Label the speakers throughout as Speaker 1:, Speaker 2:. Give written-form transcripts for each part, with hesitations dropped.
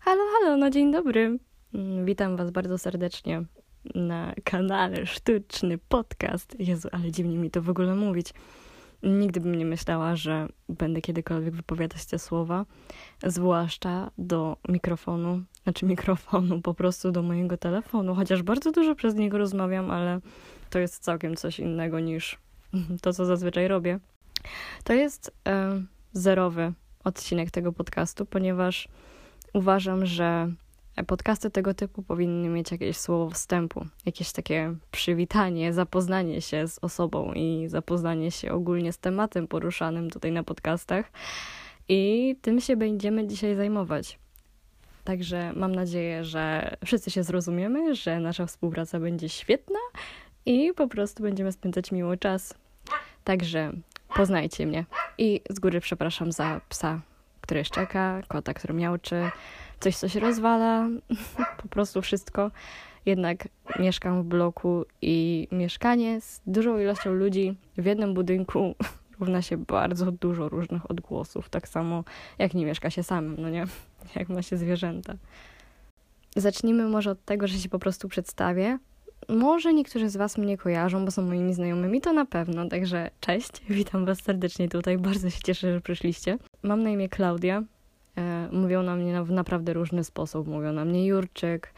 Speaker 1: Halo, no dzień dobry. Witam Was bardzo serdecznie na kanale Sztuczny Podcast. Jezu, ale dziwnie mi to w ogóle mówić. Nigdy bym nie myślała, że będę kiedykolwiek wypowiadać te słowa, zwłaszcza do mikrofonu, po prostu do mojego telefonu, chociaż bardzo dużo przez niego rozmawiam, ale to jest całkiem coś innego niż to, co zazwyczaj robię. To jest zerowy odcinek tego podcastu, ponieważ uważam, że podcasty tego typu powinny mieć jakieś słowo wstępu, jakieś takie przywitanie, zapoznanie się z osobą i zapoznanie się ogólnie z tematem poruszanym tutaj na podcastach. I tym się będziemy dzisiaj zajmować. Także mam nadzieję, że wszyscy się zrozumiemy, że nasza współpraca będzie świetna i po prostu będziemy spędzać miło czas. Także poznajcie mnie. I z góry przepraszam za psa, który szczeka, kota, który miauczy, coś, co się rozwala, po prostu wszystko. Jednak mieszkam w bloku i mieszkanie z dużą ilością ludzi w jednym budynku równa się bardzo dużo różnych odgłosów. Tak samo jak nie mieszka się samym, no nie? Jak ma się zwierzęta. Zacznijmy może od tego, że się po prostu przedstawię. Może niektórzy z Was mnie kojarzą, bo są moimi znajomymi, to na pewno. Także cześć, witam Was serdecznie tutaj. Bardzo się cieszę, że przyszliście. Mam na imię Klaudia. Mówią na mnie w naprawdę różny sposób. Mówią na mnie Jurczyk,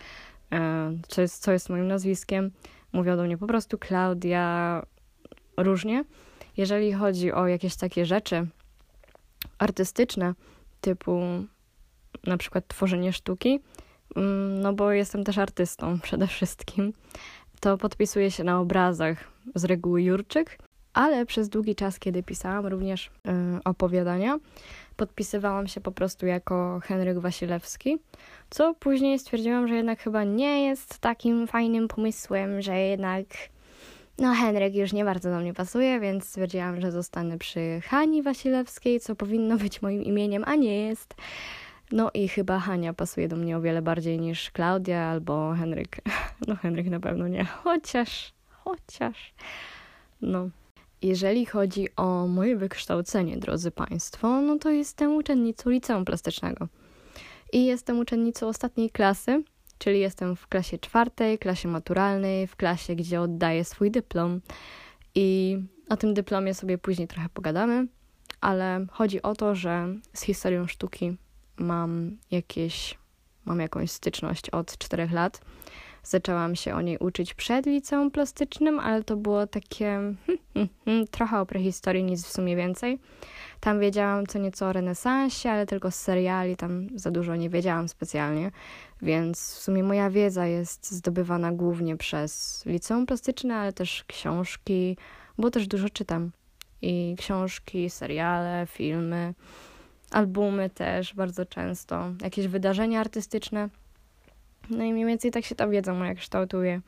Speaker 1: co jest moim nazwiskiem. Mówią do mnie po prostu Klaudia. Różnie. Jeżeli chodzi o jakieś takie rzeczy artystyczne, typu na przykład tworzenie sztuki, no bo jestem też artystą przede wszystkim, to podpisuję się na obrazach z reguły Jurczyk, ale przez długi czas, kiedy pisałam również opowiadania, podpisywałam się po prostu jako Henryk Wasilewski, co później stwierdziłam, że jednak chyba nie jest takim fajnym pomysłem, że jednak Henryk już nie bardzo do mnie pasuje, więc stwierdziłam, że zostanę przy Hani Wasilewskiej, co powinno być moim imieniem, a nie jest. No i chyba Hania pasuje do mnie o wiele bardziej niż Klaudia albo Henryk. No Henryk na pewno nie, chociaż. No. Jeżeli chodzi o moje wykształcenie, drodzy Państwo, no to jestem uczennicą liceum plastycznego. I jestem uczennicą ostatniej klasy, czyli jestem w klasie 4, klasie maturalnej, w klasie, gdzie oddaję swój dyplom. I o tym dyplomie sobie później trochę pogadamy, ale chodzi o to, że z historią sztuki mam jakąś styczność od 4 lat. Zaczęłam się o niej uczyć przed liceum plastycznym, ale to było takie trochę o prehistorii, nic w sumie więcej. Tam wiedziałam co nieco o renesansie, ale tylko z seriali, tam za dużo nie wiedziałam specjalnie, więc w sumie moja wiedza jest zdobywana głównie przez liceum plastyczne, ale też książki, bo też dużo czytam. I książki, seriale, filmy, albumy też bardzo często, jakieś wydarzenia artystyczne. No i mniej więcej tak się ta wiedza moja kształtuje.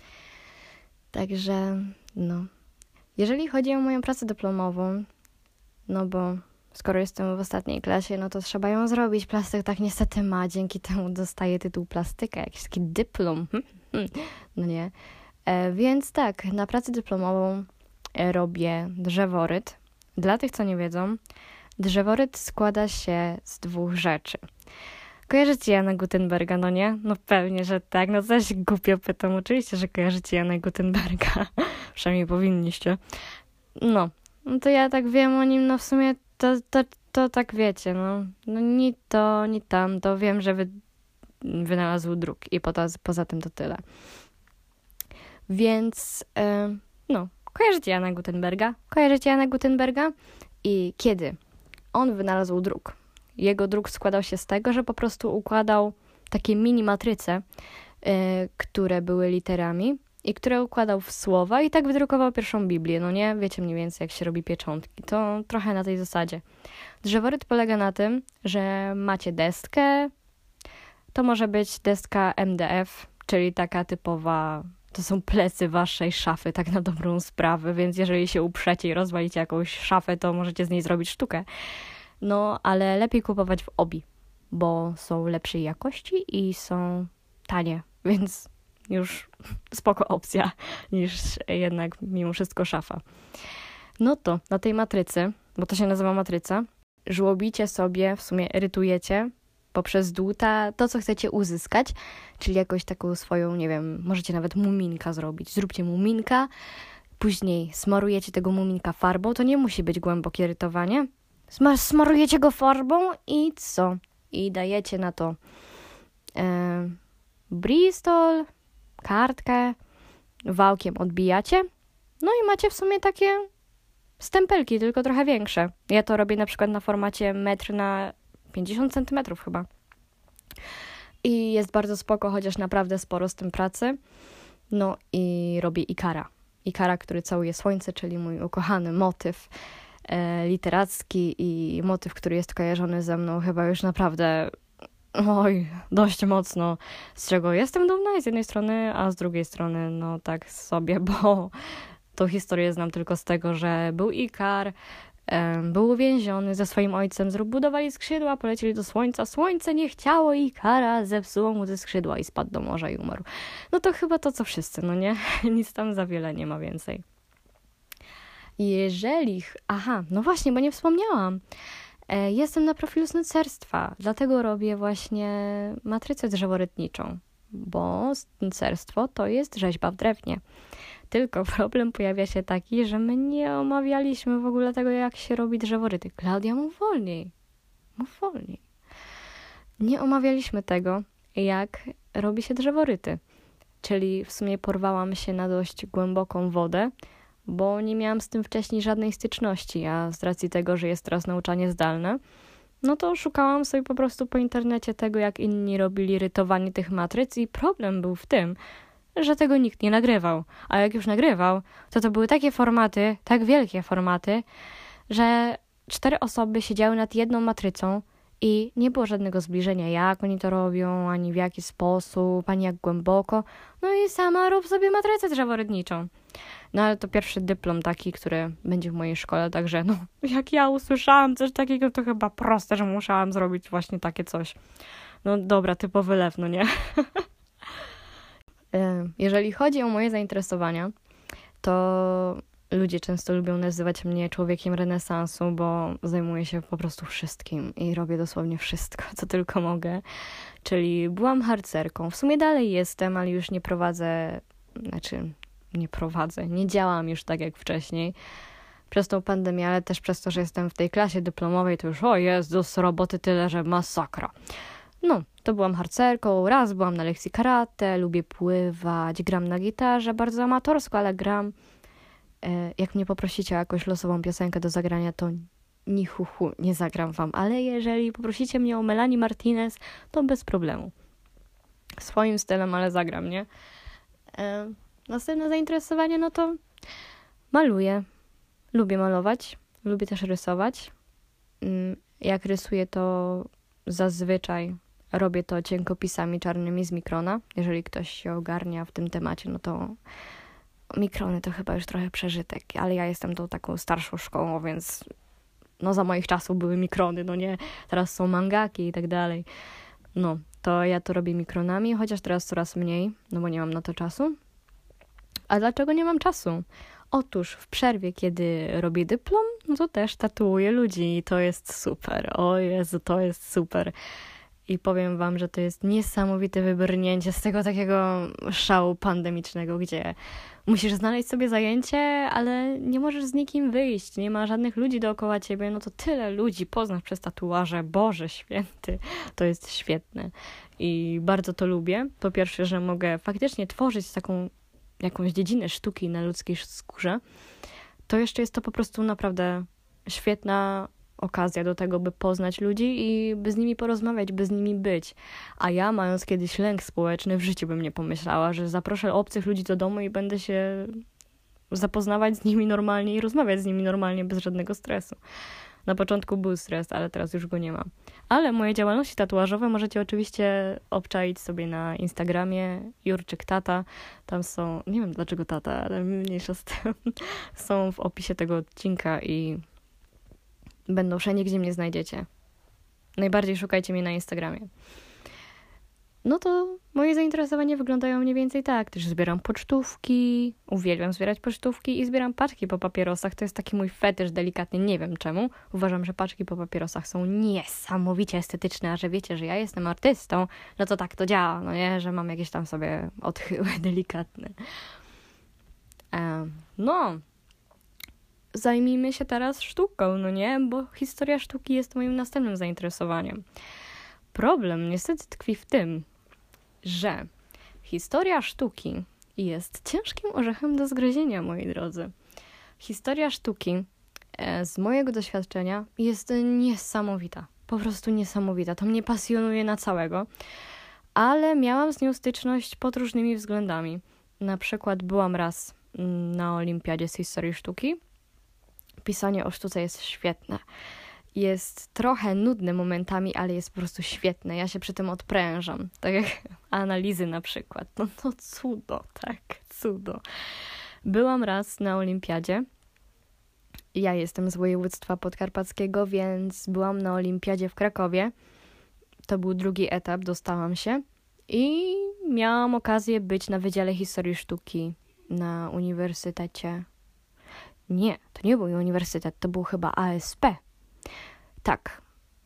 Speaker 1: Także, jeżeli chodzi o moją pracę dyplomową, no bo skoro jestem w ostatniej klasie, no to trzeba ją zrobić. Plastyk tak niestety ma, dzięki temu dostaję tytuł plastyka, jakiś taki dyplom. No nie. Więc tak, na pracę dyplomową robię drzeworyt. Dla tych, co nie wiedzą, drzeworyt składa się z 2 rzeczy. Kojarzycie Jana Gutenberga, no nie? No pewnie, że tak. No coś głupio pytam. Oczywiście, że kojarzycie Jana Gutenberga. Przynajmniej powinniście. No to ja tak wiem o nim, no w sumie to tak wiecie, no ni to, ni tamto. Wiem, że wynalazł druk i poza tym to tyle. Więc, kojarzycie Jana Gutenberga? I kiedy on wynalazł druk? Jego druk składał się z tego, że po prostu układał takie mini matryce, które były literami i które układał w słowa i tak wydrukował pierwszą Biblię. No nie, wiecie mniej więcej jak się robi pieczątki. To trochę na tej zasadzie. Drzeworyt polega na tym, że macie deskę. To może być deska MDF, czyli taka typowa, to są plecy waszej szafy, tak na dobrą sprawę, więc jeżeli się uprzecie i rozwalicie jakąś szafę, to możecie z niej zrobić sztukę. No, ale lepiej kupować w Obi, bo są lepszej jakości i są tanie, więc już spoko opcja niż jednak mimo wszystko szafa. No to na tej matrycy, bo to się nazywa matryca, żłobicie sobie, w sumie rytujecie poprzez dłuta to, co chcecie uzyskać, czyli jakąś taką swoją, nie wiem, możecie nawet muminka zrobić. Zróbcie muminka, później smarujecie tego muminka farbą, to nie musi być głębokie rytowanie. Smarujecie go farbą i co? I dajecie na to Bristol, kartkę, wałkiem odbijacie, no i macie w sumie takie stempelki, tylko trochę większe. Ja to robię na przykład na formacie 1 m na 50 cm chyba. I jest bardzo spoko, chociaż naprawdę sporo z tym pracy. No i robię Ikara. Ikara, który całuje słońce, czyli mój ukochany motyw literacki i motyw, który jest kojarzony ze mną chyba już naprawdę dość mocno, z czego jestem dumna z jednej strony, a z drugiej strony no tak sobie, bo tą historię znam tylko z tego, że był Ikar, był uwięziony ze swoim ojcem, budowali skrzydła, polecieli do słońca, słońce nie chciało Ikara, zepsuło mu te skrzydła i spadł do morza i umarł. No to chyba to, co wszyscy, no nie? Nic tam za wiele nie ma więcej. no właśnie, bo nie wspomniałam. Jestem na profilu snurcerstwa, dlatego robię właśnie matrycę drzeworytniczą, bo snurcerstwo to jest rzeźba w drewnie. Tylko problem pojawia się taki, że my nie omawialiśmy w ogóle tego, jak się robi drzeworyty. Klaudia, mów wolniej. Nie omawialiśmy tego, jak robi się drzeworyty. Czyli w sumie porwałam się na dość głęboką wodę, bo nie miałam z tym wcześniej żadnej styczności, a z racji tego, że jest teraz nauczanie zdalne, no to szukałam sobie po prostu po internecie tego, jak inni robili rytowanie tych matryc i problem był w tym, że tego nikt nie nagrywał. A jak już nagrywał, to były takie formaty, tak wielkie formaty, że 4 osoby siedziały nad jedną matrycą i nie było żadnego zbliżenia, jak oni to robią, ani w jaki sposób, ani jak głęboko. No i sama rób sobie matrycę drzeworytniczą. No ale to pierwszy dyplom taki, który będzie w mojej szkole, także no jak ja usłyszałam coś takiego, to chyba proste, że musiałam zrobić właśnie takie coś. No dobra, typowy lew, no nie? Jeżeli chodzi o moje zainteresowania, to ludzie często lubią nazywać mnie człowiekiem renesansu, bo zajmuję się po prostu wszystkim i robię dosłownie wszystko, co tylko mogę. Czyli byłam harcerką, w sumie dalej jestem, ale już nie działam już tak jak wcześniej przez tą pandemię, ale też przez to, że jestem w tej klasie dyplomowej, to już Jezus, roboty tyle, że masakra. No, to byłam harcerką, raz byłam na lekcji karate, lubię pływać, gram na gitarze, bardzo amatorsko, ale gram. Jak mnie poprosicie o jakąś losową piosenkę do zagrania, to nie zagram wam, ale jeżeli poprosicie mnie o Melanie Martinez, to bez problemu. Swoim stylem, ale zagram, nie? Następne zainteresowanie, no to maluję. Lubię malować, lubię też rysować. Jak rysuję, to zazwyczaj robię to cienkopisami czarnymi z Microna. Jeżeli ktoś się ogarnia w tym temacie, no to Microny to chyba już trochę przeżytek, ale ja jestem tą taką starszą szkołą, więc no za moich czasów były Microny, no nie, teraz są mangaki i tak dalej. No, to ja to robię Micronami, chociaż teraz coraz mniej, no bo nie mam na to czasu. A dlaczego nie mam czasu? Otóż w przerwie, kiedy robię dyplom, no to też tatuuję ludzi i to jest super. O Jezu, to jest super. I powiem wam, że to jest niesamowite wybrnięcie z tego takiego szału pandemicznego, gdzie musisz znaleźć sobie zajęcie, ale nie możesz z nikim wyjść, nie ma żadnych ludzi dookoła ciebie, no to tyle ludzi poznasz przez tatuaże, Boże święty, to jest świetne. I bardzo to lubię. Po pierwsze, że mogę faktycznie tworzyć taką jakąś dziedzinę sztuki na ludzkiej skórze, to jeszcze jest to po prostu naprawdę świetna okazja do tego, by poznać ludzi i by z nimi porozmawiać, by z nimi być. A ja, mając kiedyś lęk społeczny, w życiu bym nie pomyślała, że zaproszę obcych ludzi do domu i będę się zapoznawać z nimi normalnie i rozmawiać z nimi normalnie, bez żadnego stresu. Na początku był stres, ale teraz już go nie ma. Ale moje działalności tatuażowe możecie oczywiście obczaić sobie na Instagramie, Jurczyk Tata. Tam są, nie wiem dlaczego tata, ale mniejsza z tym, są w opisie tego odcinka i będą wszędzie, gdzie mnie znajdziecie. Najbardziej szukajcie mnie na Instagramie. no to moje zainteresowania wyglądają mniej więcej tak. Też zbieram pocztówki, uwielbiam zbierać pocztówki i zbieram paczki po papierosach. To jest taki mój fetysz delikatny, nie wiem czemu. Uważam, że paczki po papierosach są niesamowicie estetyczne, a że wiecie, że ja jestem artystą, no to tak to działa, no nie? Że mam jakieś tam sobie odchyły delikatne. No, zajmijmy się teraz sztuką, no nie? Bo historia sztuki jest moim następnym zainteresowaniem. Problem niestety tkwi w tym, że historia sztuki jest ciężkim orzechem do zgryzienia, moi drodzy. Historia sztuki z mojego doświadczenia jest niesamowita. Po prostu niesamowita. To mnie pasjonuje na całego. Ale miałam z nią styczność pod różnymi względami. Na przykład byłam raz na olimpiadzie z historii sztuki. Pisanie o sztuce jest świetne. Jest trochę nudne momentami, ale jest po prostu świetne. Ja się przy tym odprężam. Tak jak analizy na przykład. No to cudo, tak, cudo. Byłam raz na olimpiadzie. Ja jestem z województwa podkarpackiego, więc byłam na olimpiadzie w Krakowie. To był drugi etap, dostałam się. I miałam okazję być na Wydziale Historii Sztuki na uniwersytecie. Nie, to nie był uniwersytet, to był chyba ASP. Tak,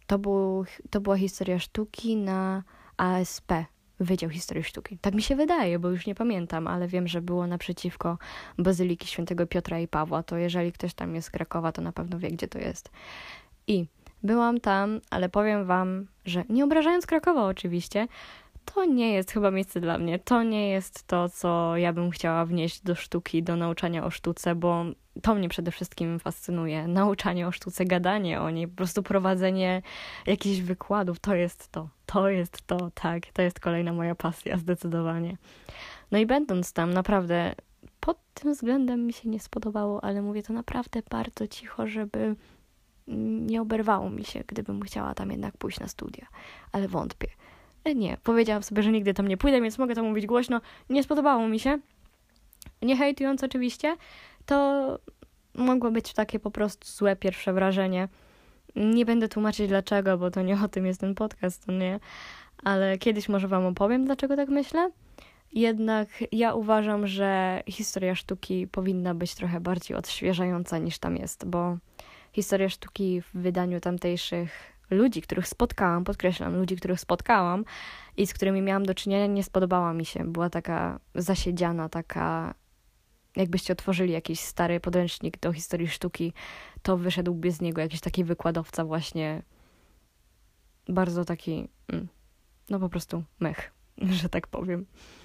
Speaker 1: to była historia sztuki na ASP, Wydział Historii Sztuki. Tak mi się wydaje, bo już nie pamiętam, ale wiem, że było naprzeciwko Bazyliki Świętego Piotra i Pawła. To jeżeli ktoś tam jest z Krakowa, to na pewno wie, gdzie to jest. I byłam tam, ale powiem wam, że nie obrażając Krakowa oczywiście, to nie jest chyba miejsce dla mnie. To nie jest to, co ja bym chciała wnieść do sztuki, do nauczania o sztuce, bo to mnie przede wszystkim fascynuje. Nauczanie o sztuce, gadanie o niej, po prostu prowadzenie jakichś wykładów, to jest to. To jest to, tak. To jest kolejna moja pasja, zdecydowanie. No i będąc tam, naprawdę pod tym względem mi się nie spodobało, ale mówię to naprawdę bardzo cicho, żeby nie oberwało mi się, gdybym chciała tam jednak pójść na studia. Ale wątpię. Nie, powiedziałam sobie, że nigdy tam nie pójdę, więc mogę to mówić głośno. Nie spodobało mi się. Nie hejtując oczywiście, to mogło być takie po prostu złe pierwsze wrażenie. Nie będę tłumaczyć dlaczego, bo to nie o tym jest ten podcast, to nie. Ale kiedyś może wam opowiem, dlaczego tak myślę. Jednak ja uważam, że historia sztuki powinna być trochę bardziej odświeżająca niż tam jest, bo historia sztuki w wydaniu tamtejszych ludzi, których spotkałam, podkreślam, ludzi, których spotkałam i z którymi miałam do czynienia, nie spodobała mi się. Była taka zasiedziana, taka jakbyście otworzyli jakiś stary podręcznik do historii sztuki, to wyszedłby z niego jakiś taki wykładowca właśnie bardzo taki, no po prostu mech, że tak powiem.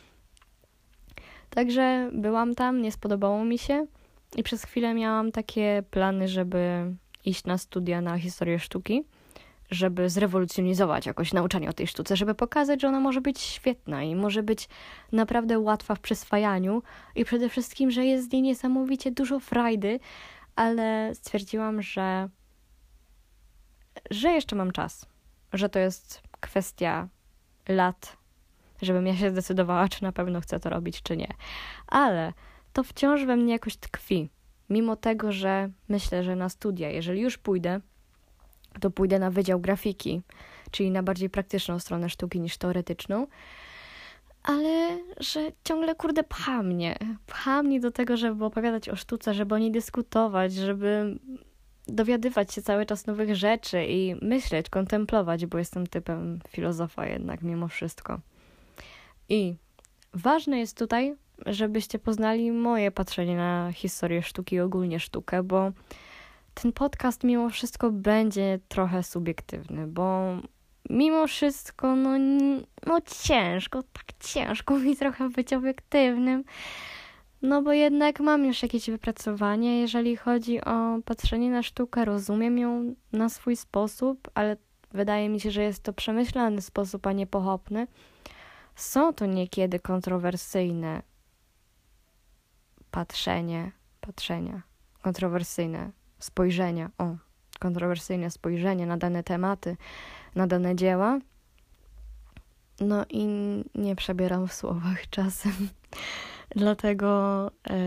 Speaker 1: Także byłam tam, nie spodobało mi się i przez chwilę miałam takie plany, żeby iść na studia na historię sztuki, żeby zrewolucjonizować jakoś nauczanie o tej sztuce, żeby pokazać, że ona może być świetna i może być naprawdę łatwa w przyswajaniu i przede wszystkim, że jest z niej niesamowicie dużo frajdy, ale stwierdziłam, że jeszcze mam czas, że to jest kwestia lat, żebym ja się zdecydowała, czy na pewno chcę to robić, czy nie. Ale to wciąż we mnie jakoś tkwi, mimo tego, że myślę, że na studia, jeżeli już pójdę, to pójdę na Wydział Grafiki, czyli na bardziej praktyczną stronę sztuki niż teoretyczną, ale że ciągle, pcha mnie do tego, żeby opowiadać o sztuce, żeby o niej dyskutować, żeby dowiadywać się cały czas nowych rzeczy i myśleć, kontemplować, bo jestem typem filozofa jednak mimo wszystko. I ważne jest tutaj, żebyście poznali moje patrzenie na historię sztuki i ogólnie sztukę, bo ten podcast mimo wszystko będzie trochę subiektywny, bo mimo wszystko, no ciężko mi trochę być obiektywnym, no bo jednak mam już jakieś wypracowanie, jeżeli chodzi o patrzenie na sztukę, rozumiem ją na swój sposób, ale wydaje mi się, że jest to przemyślany sposób, a nie pochopny. Są to niekiedy kontrowersyjne patrzenia, kontrowersyjne spojrzenie na dane tematy, na dane dzieła. No i nie przebieram w słowach czasem. Dlatego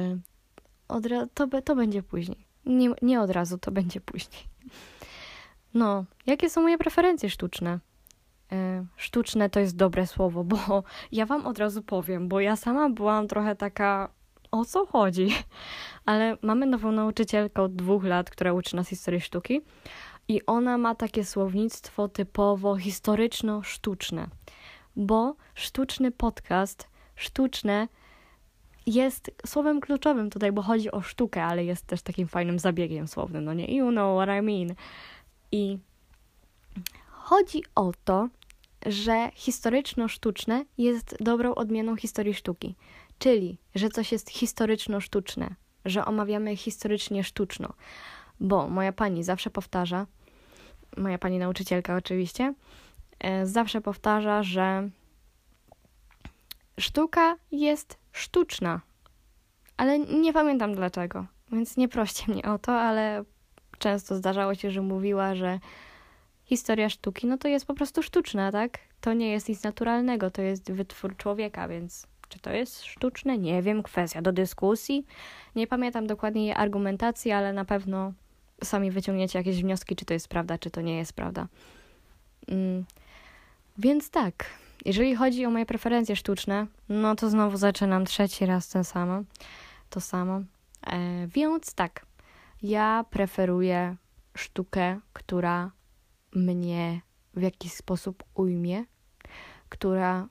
Speaker 1: to będzie później. Nie od razu, to będzie później. No, jakie są moje preferencje sztuczne? sztuczne to jest dobre słowo, bo ja wam od razu powiem, bo ja sama byłam trochę taka, o co chodzi? Ale mamy nową nauczycielkę od 2 lat, która uczy nas historii sztuki i ona ma takie słownictwo typowo historyczno-sztuczne, bo sztuczny podcast, sztuczne jest słowem kluczowym tutaj, bo chodzi o sztukę, ale jest też takim fajnym zabiegiem słownym, no nie? You know what I mean. I chodzi o to, że historyczno-sztuczne jest dobrą odmianą historii sztuki. Czyli, że coś jest historyczno-sztuczne, że omawiamy historycznie sztuczno. Bo moja pani zawsze powtarza, moja pani nauczycielka oczywiście, zawsze powtarza, że sztuka jest sztuczna. Ale nie pamiętam dlaczego, więc nie proście mnie o to, ale często zdarzało się, że mówiła, że historia sztuki, no to jest po prostu sztuczna, tak? To nie jest nic naturalnego, to jest wytwór człowieka, więc czy to jest sztuczne? Nie wiem, kwestia do dyskusji. Nie pamiętam dokładnie jej argumentacji, ale na pewno sami wyciągniecie jakieś wnioski, czy to jest prawda, czy to nie jest prawda. Więc tak, jeżeli chodzi o moje preferencje sztuczne, no to znowu zaczynam 3 raz to samo. Więc tak, ja preferuję sztukę, która mnie w jakiś sposób ujmie, która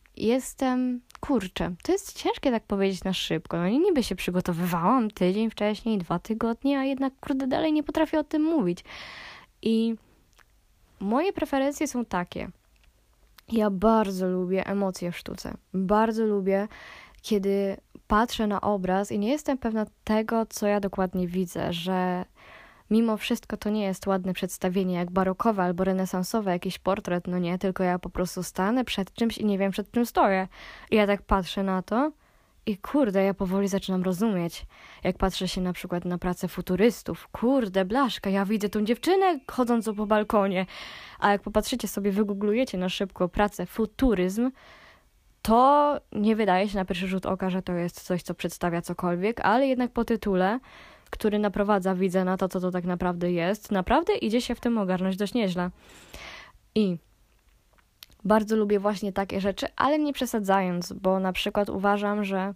Speaker 1: to jest ciężkie tak powiedzieć na szybko. No niby się przygotowywałam tydzień wcześniej, 2 tygodnie, a jednak dalej nie potrafię o tym mówić. I moje preferencje są takie. Ja bardzo lubię emocje w sztuce. Bardzo lubię, kiedy patrzę na obraz i nie jestem pewna tego, co ja dokładnie widzę, że mimo wszystko to nie jest ładne przedstawienie jak barokowe albo renesansowe, jakiś portret, no nie, tylko ja po prostu stanę przed czymś i nie wiem, przed czym stoję. I ja tak patrzę na to i kurde, ja powoli zaczynam rozumieć. Jak patrzę się na przykład na pracę futurystów, kurde, blaszka, ja widzę tą dziewczynę chodzącą po balkonie. A jak popatrzycie sobie, wygooglujecie na szybko pracę futuryzm, to nie wydaje się na pierwszy rzut oka, że to jest coś, co przedstawia cokolwiek, ale jednak po tytule, który naprowadza widza na to, co to tak naprawdę jest, naprawdę idzie się w tym ogarnąć dość nieźle. I bardzo lubię właśnie takie rzeczy, ale nie przesadzając, bo na przykład uważam, że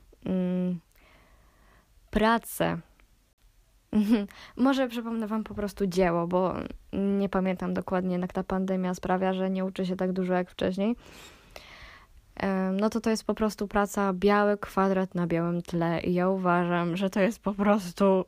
Speaker 1: pracę może przypomnę wam po prostu dzieło, bo nie pamiętam dokładnie, jak ta pandemia sprawia, że nie uczy się tak dużo jak wcześniej. No to jest po prostu praca biały kwadrat na białym tle i ja uważam, że to jest po prostu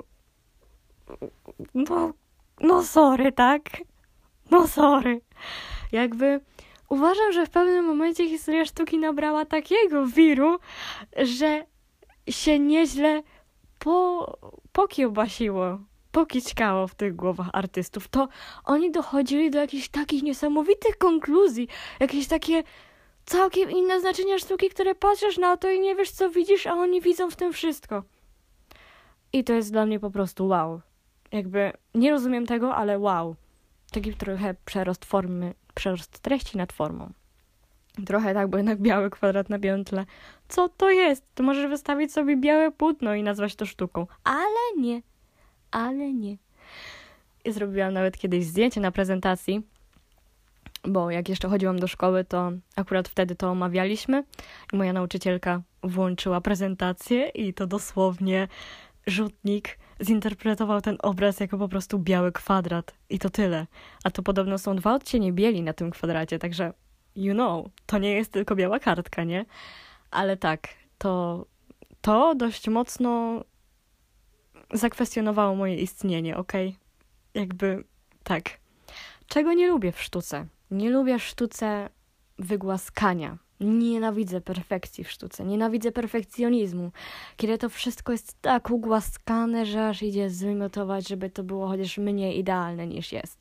Speaker 1: no sorry, tak? No sorry. Jakby uważam, że w pewnym momencie historia sztuki nabrała takiego wiru, że się nieźle pokiełbasiło, pokićkało w tych głowach artystów. To oni dochodzili do jakichś takich niesamowitych konkluzji, jakieś takie całkiem inne znaczenia sztuki, które patrzysz na to i nie wiesz, co widzisz, a oni widzą w tym wszystko. I to jest dla mnie po prostu wow. Jakby nie rozumiem tego, ale wow. Taki trochę przerost treści nad formą. Trochę tak, bo jednak biały kwadrat na białym tle. Co to jest? To możesz wystawić sobie białe płótno i nazwać to sztuką. Ale nie. I zrobiłam nawet kiedyś zdjęcie na prezentacji, bo jak jeszcze chodziłam do szkoły, to akurat wtedy to omawialiśmy i moja nauczycielka włączyła prezentację i to dosłownie rzutnik zinterpretował ten obraz jako po prostu biały kwadrat i to tyle. A to podobno są 2 odcienie bieli na tym kwadracie, także to nie jest tylko biała kartka, nie? Ale tak, to dość mocno zakwestionowało moje istnienie, okej? Jakby tak. Czego nie lubię w sztuce? Nie lubię w sztuce wygłaskania. Nienawidzę perfekcji w sztuce. Nienawidzę perfekcjonizmu. Kiedy to wszystko jest tak ugłaskane, że aż idzie zwymiotować, żeby to było chociaż mniej idealne niż jest.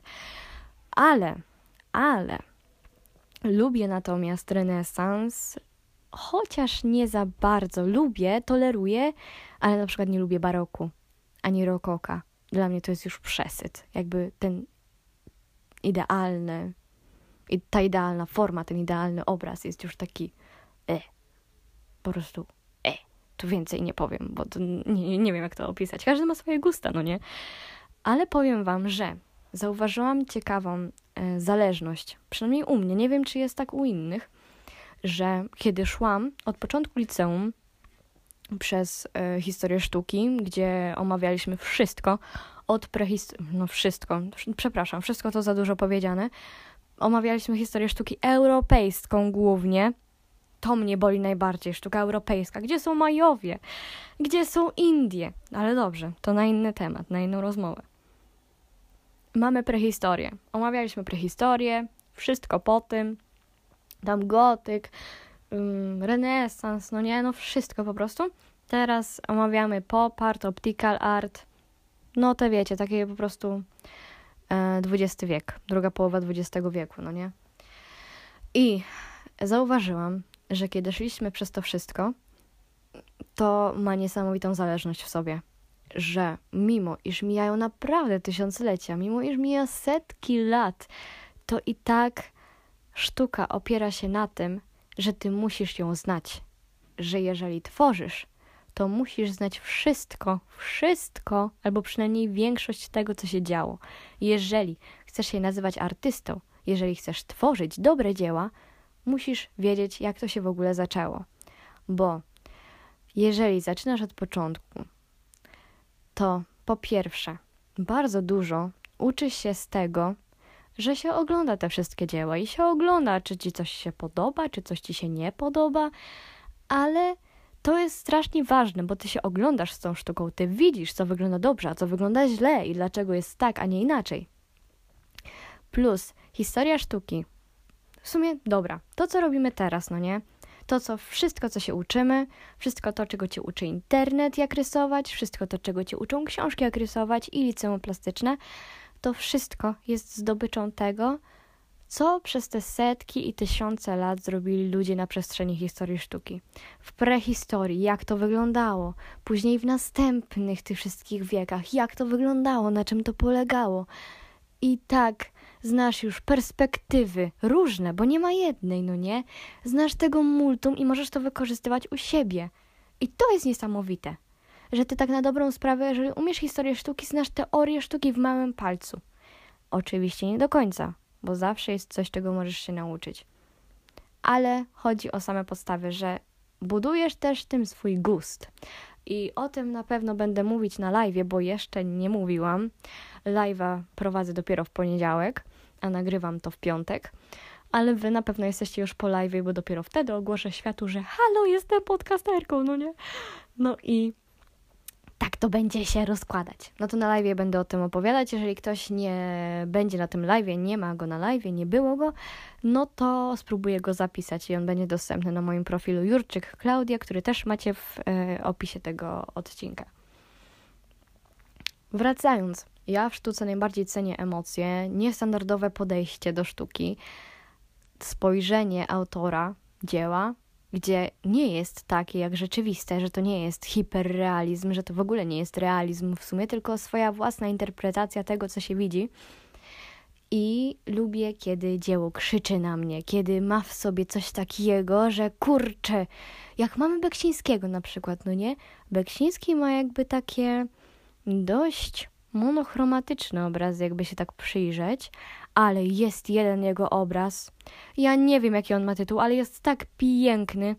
Speaker 1: Ale lubię natomiast renesans, chociaż nie za bardzo. Toleruję, ale na przykład nie lubię baroku, ani rokoka. Dla mnie to jest już przesyt. Jakby ten idealny i ta idealna forma, ten idealny obraz jest już taki po prostu tu więcej nie powiem, bo to nie wiem jak to opisać. Każdy ma swoje gusta, no nie? Ale powiem wam, że zauważyłam ciekawą zależność, przynajmniej u mnie, nie wiem czy jest tak u innych, że kiedy szłam od początku liceum przez historię sztuki, gdzie omawialiśmy wszystko, wszystko to za dużo powiedziane, omawialiśmy historię sztuki europejską głównie. To mnie boli najbardziej, sztuka europejska. Gdzie są Majowie? Gdzie są Indie? Ale dobrze, to na inny temat, na inną rozmowę. Mamy prehistorię. Omawialiśmy prehistorię, wszystko po tym. Tam gotyk, renesans, wszystko po prostu. Teraz omawiamy pop art, optical art. No to wiecie, takie po prostu XX wiek, druga połowa XX wieku, no nie? I zauważyłam, że kiedy szliśmy przez to wszystko, to ma niesamowitą zależność w sobie. Że mimo iż mijają naprawdę tysiąclecia, mimo iż mija setki lat, to i tak sztuka opiera się na tym, że ty musisz ją znać. Że jeżeli tworzysz, to musisz znać wszystko, albo przynajmniej większość tego, co się działo. Jeżeli chcesz się nazywać artystą, jeżeli chcesz tworzyć dobre dzieła, musisz wiedzieć, jak to się w ogóle zaczęło. Bo jeżeli zaczynasz od początku, to po pierwsze, bardzo dużo uczysz się z tego, że się ogląda te wszystkie dzieła i się ogląda, czy ci coś się podoba, czy coś ci się nie podoba, ale to jest strasznie ważne, bo ty się oglądasz z tą sztuką, ty widzisz, co wygląda dobrze, a co wygląda źle i dlaczego jest tak, a nie inaczej. Plus historia sztuki. W sumie, dobra, to co robimy teraz, no nie? Wszystko, co się uczymy, wszystko to, czego cię uczy internet, jak rysować, wszystko to, czego cię uczą książki, jak rysować i liceum plastyczne, to wszystko jest zdobyczą tego, co przez te setki i tysiące lat zrobili ludzie na przestrzeni historii sztuki. W prehistorii, jak to wyglądało, później w następnych tych wszystkich wiekach, jak to wyglądało, na czym to polegało. I tak znasz już perspektywy różne, bo nie ma jednej, no nie? Znasz tego multum i możesz to wykorzystywać u siebie. I to jest niesamowite, że ty tak na dobrą sprawę, jeżeli umiesz historię sztuki, znasz teorię sztuki w małym palcu. Oczywiście nie do końca, bo zawsze jest coś, czego możesz się nauczyć. Ale chodzi o same podstawy, że budujesz też tym swój gust. I o tym na pewno będę mówić na live'ie, bo jeszcze nie mówiłam. Live'a prowadzę dopiero w poniedziałek, a nagrywam to w piątek. Ale wy na pewno jesteście już po live'ie, bo dopiero wtedy ogłoszę światu, że halo, jestem podcasterką, no nie? No i tak to będzie się rozkładać. No to na live'ie będę o tym opowiadać. Jeżeli ktoś nie będzie na tym live'ie, nie ma go na live'ie, nie było go, no to spróbuję go zapisać i on będzie dostępny na moim profilu Jurczyk Klaudia, który też macie w opisie tego odcinka. Wracając, ja w sztuce najbardziej cenię emocje, niestandardowe podejście do sztuki, spojrzenie autora dzieła, gdzie nie jest takie jak rzeczywiste, że to nie jest hiperrealizm, że to w ogóle nie jest realizm w sumie, tylko swoja własna interpretacja tego, co się widzi. I lubię, kiedy dzieło krzyczy na mnie, kiedy ma w sobie coś takiego, że kurczę, jak mamy Beksińskiego na przykład, no nie? Beksiński ma jakby takie dość monochromatyczny obraz, jakby się tak przyjrzeć, ale jest jeden jego obraz. Ja nie wiem, jaki on ma tytuł, ale jest tak piękny,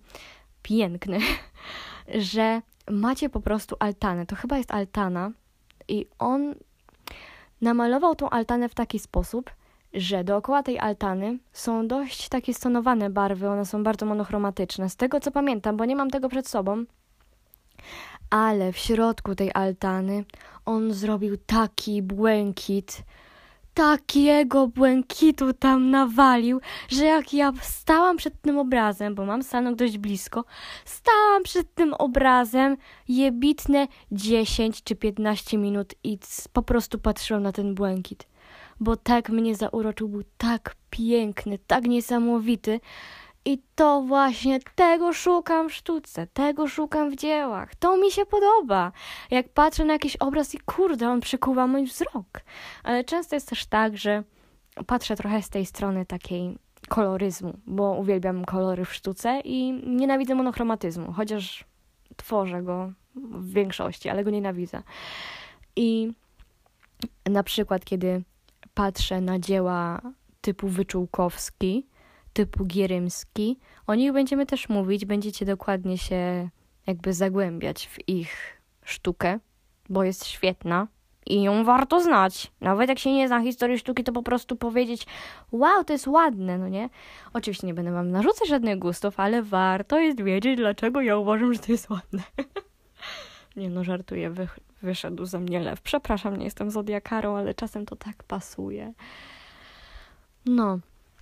Speaker 1: że macie po prostu altanę. To chyba jest altana i on namalował tą altanę w taki sposób, że dookoła tej altany są dość takie stonowane barwy, one są bardzo monochromatyczne. Z tego, co pamiętam, bo nie mam tego przed sobą, ale w środku tej altany on zrobił taki błękit, takiego błękitu tam nawalił, że jak ja stałam przed tym obrazem, bo mam stanąć dość blisko, stałam przed tym obrazem jebitne 10 czy 15 minut i po prostu patrzyłam na ten błękit, bo tak mnie zauroczył, był tak piękny, tak niesamowity. I to właśnie tego szukam w sztuce, tego szukam w dziełach. To mi się podoba. Jak patrzę na jakiś obraz i kurde, on przykuwa mój wzrok. Ale często jest też tak, że patrzę trochę z tej strony takiej koloryzmu, bo uwielbiam kolory w sztuce i nienawidzę monochromatyzmu, chociaż tworzę go w większości, ale go nienawidzę. I na przykład, kiedy patrzę na dzieła typu Wyczółkowski, typu Gierymski, o nich będziemy też mówić, będziecie dokładnie się jakby zagłębiać w ich sztukę, bo jest świetna i ją warto znać. Nawet jak się nie zna historii sztuki, to po prostu powiedzieć, wow, to jest ładne, no nie? Oczywiście nie będę wam narzucać żadnych gustów, ale warto jest wiedzieć, dlaczego ja uważam, że to jest ładne. Nie no, żartuję, wyszedł ze mnie lew. Przepraszam, nie jestem zodiakarą, ale czasem to tak pasuje. No.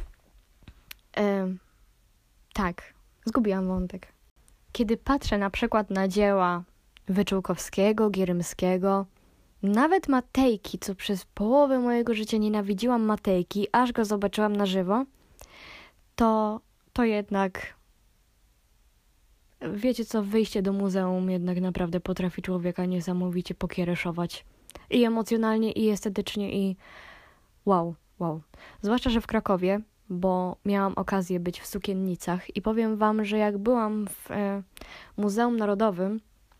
Speaker 1: Tak, zgubiłam wątek. Kiedy patrzę na przykład na dzieła Wyczółkowskiego, Gierymskiego, nawet Matejki, co przez połowę mojego życia nienawidziłam Matejki, aż go zobaczyłam na żywo, to jednak, wiecie co, wyjście do muzeum jednak naprawdę potrafi człowieka niesamowicie pokiereszować. I emocjonalnie, i estetycznie, i wow. Zwłaszcza, że w Krakowie, bo miałam okazję być w Sukiennicach i powiem wam, że jak byłam w Muzeum Narodowym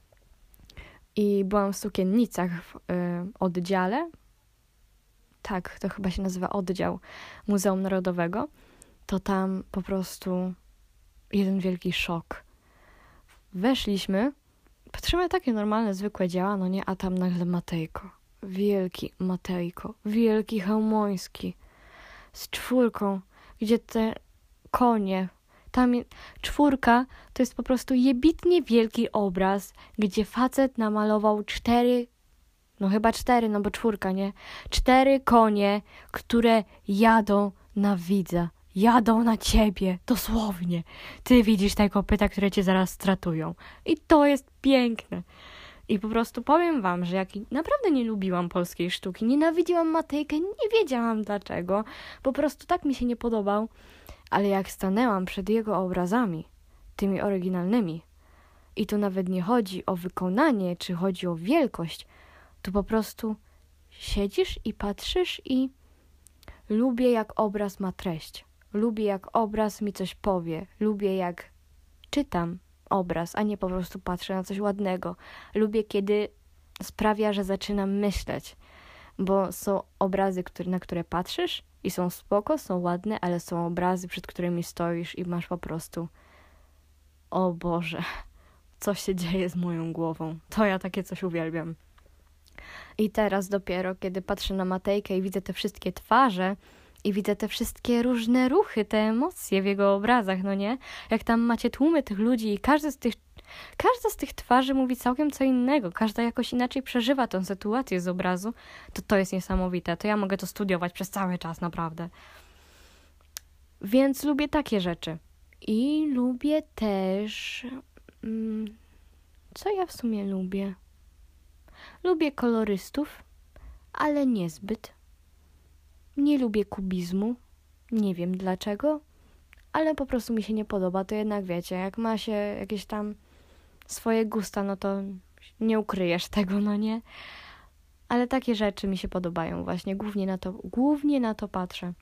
Speaker 1: i byłam w Sukiennicach w oddziale, tak, to chyba się nazywa oddział Muzeum Narodowego, to tam po prostu jeden wielki szok. Weszliśmy, patrzymy takie normalne, zwykłe dzieła, no nie, a tam nagle Matejko. Wielki Matejko, wielki Chełmoński z 4, gdzie te konie, tam 4 to jest po prostu jebitnie wielki obraz, gdzie facet namalował 4, no chyba 4, no bo 4, nie? 4 konie, które jadą na widza, jadą na ciebie, dosłownie. Ty widzisz te kopyta, które cię zaraz stratują. I to jest piękne. I po prostu powiem wam, że jak naprawdę nie lubiłam polskiej sztuki, nienawidziłam Matejkę, nie wiedziałam dlaczego, po prostu tak mi się nie podobał, ale jak stanęłam przed jego obrazami, tymi oryginalnymi, i tu nawet nie chodzi o wykonanie, czy chodzi o wielkość, tu po prostu siedzisz i patrzysz i lubię jak obraz ma treść, lubię jak obraz mi coś powie, lubię jak czytam obraz, a nie po prostu patrzę na coś ładnego. Lubię, kiedy sprawia, że zaczynam myśleć, bo są obrazy, na które patrzysz i są spoko, są ładne, ale są obrazy, przed którymi stoisz i masz po prostu o Boże, co się dzieje z moją głową. To ja takie coś uwielbiam. I teraz dopiero, kiedy patrzę na Matejkę i widzę te wszystkie twarze i widzę te wszystkie różne ruchy, te emocje w jego obrazach, no nie? Jak tam macie tłumy tych ludzi i każda z tych twarzy mówi całkiem co innego. Każda jakoś inaczej przeżywa tę sytuację z obrazu. To jest niesamowite. To ja mogę to studiować przez cały czas, naprawdę. Więc lubię takie rzeczy. I lubię też... co ja w sumie lubię? Lubię kolorystów, ale niezbyt. Nie lubię kubizmu. Nie wiem dlaczego, ale po prostu mi się nie podoba. To jednak wiecie, jak ma się jakieś tam swoje gusta, no to nie ukryjesz tego, no nie? Ale takie rzeczy mi się podobają właśnie. Głównie na to patrzę.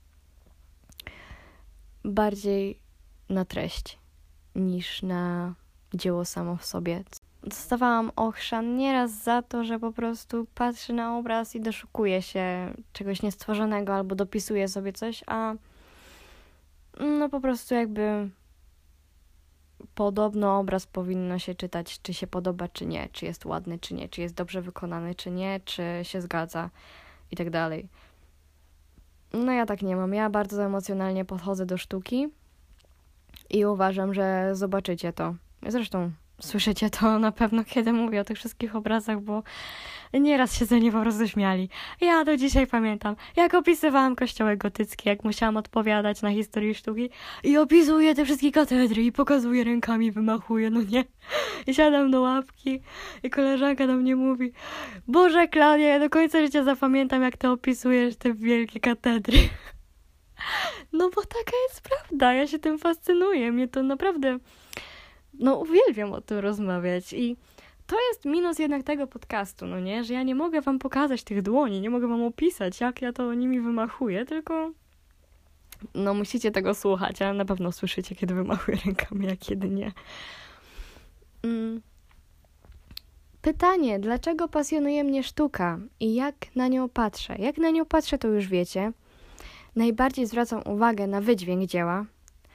Speaker 1: Bardziej na treść niż na dzieło samo w sobie. Dostawałam ochrzan nieraz za to, że po prostu patrzę na obraz i doszukuję się czegoś niestworzonego albo dopisuję sobie coś, a no po prostu jakby podobno obraz powinno się czytać, czy się podoba, czy nie, czy jest ładny, czy nie, czy jest dobrze wykonany, czy nie, czy się zgadza i tak dalej. No ja tak nie mam. Ja bardzo emocjonalnie podchodzę do sztuki i uważam, że zobaczycie to. Zresztą słyszycie to na pewno, kiedy mówię o tych wszystkich obrazach, bo nieraz się ze mnie po prostu śmiali. Ja do dzisiaj pamiętam, jak opisywałam kościoły gotyckie, jak musiałam odpowiadać na historię sztuki i opisuję te wszystkie katedry i pokazuję rękami, wymachuję, no nie? I siadam do ławki i koleżanka do mnie mówi: Boże, Klaudia, ja do końca życia zapamiętam, jak ty opisujesz te wielkie katedry. No bo taka jest prawda, ja się tym fascynuję, mnie to naprawdę... No uwielbiam o tym rozmawiać i to jest minus jednak tego podcastu, no nie? Że ja nie mogę wam pokazać tych dłoni, nie mogę wam opisać, jak ja to nimi wymachuję, tylko no musicie tego słuchać, ale na pewno słyszycie, kiedy wymachuję rękami, a kiedy nie. Pytanie, dlaczego pasjonuje mnie sztuka i jak na nią patrzę? Jak na nią patrzę, to już wiecie. Najbardziej zwracam uwagę na wydźwięk dzieła,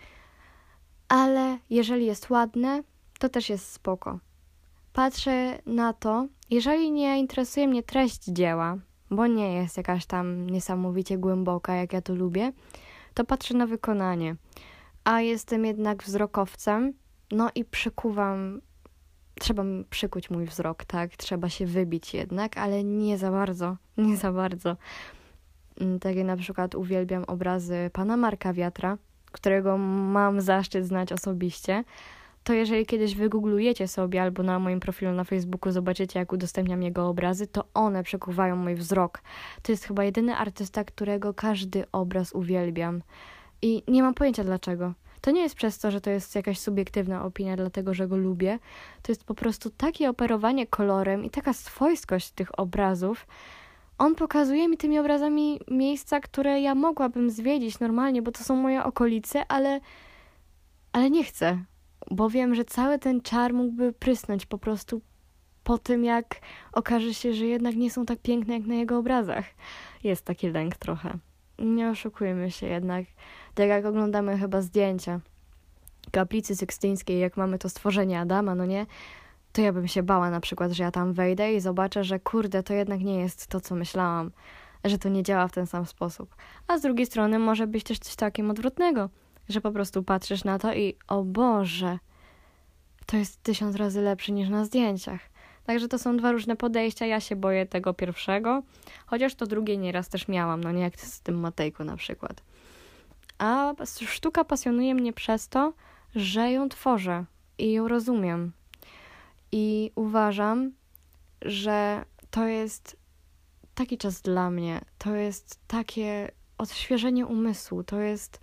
Speaker 1: ale jeżeli jest ładne, to też jest spoko. Patrzę na to, jeżeli nie interesuje mnie treść dzieła, bo nie jest jakaś tam niesamowicie głęboka, jak ja to lubię, to patrzę na wykonanie. A jestem jednak wzrokowcem, no i trzeba przykuć mój wzrok, tak? Trzeba się wybić jednak, ale nie za bardzo. Tak jak na przykład uwielbiam obrazy pana Marka Wiatra, którego mam zaszczyt znać osobiście, to jeżeli kiedyś wygooglujecie sobie albo na moim profilu na Facebooku zobaczycie, jak udostępniam jego obrazy, to one przekuwają mój wzrok. To jest chyba jedyny artysta, którego każdy obraz uwielbiam. I nie mam pojęcia dlaczego. To nie jest przez to, że to jest jakaś subiektywna opinia, dlatego że go lubię. To jest po prostu takie operowanie kolorem i taka swojskość tych obrazów. On pokazuje mi tymi obrazami miejsca, które ja mogłabym zwiedzić normalnie, bo to są moje okolice, ale nie chcę. Bo wiem, że cały ten czar mógłby prysnąć po prostu po tym, jak okaże się, że jednak nie są tak piękne jak na jego obrazach. Jest taki lęk trochę. Nie oszukujmy się jednak. Tak jak oglądamy chyba zdjęcia kaplicy sykstyńskiej, jak mamy to stworzenie Adama, no nie? To ja bym się bała na przykład, że ja tam wejdę i zobaczę, że kurde, to jednak nie jest to, co myślałam. Że to nie działa w ten sam sposób. A z drugiej strony może być też coś takim odwrotnego, że po prostu patrzysz na to i o Boże, to jest 1000 razy lepsze niż na zdjęciach. Także to są dwa różne podejścia. Ja się boję tego pierwszego, chociaż to drugie nieraz też miałam, no nie jak z tym Matejko na przykład. A sztuka pasjonuje mnie przez to, że ją tworzę i ją rozumiem. I uważam, że to jest taki czas dla mnie. To jest takie odświeżenie umysłu. To jest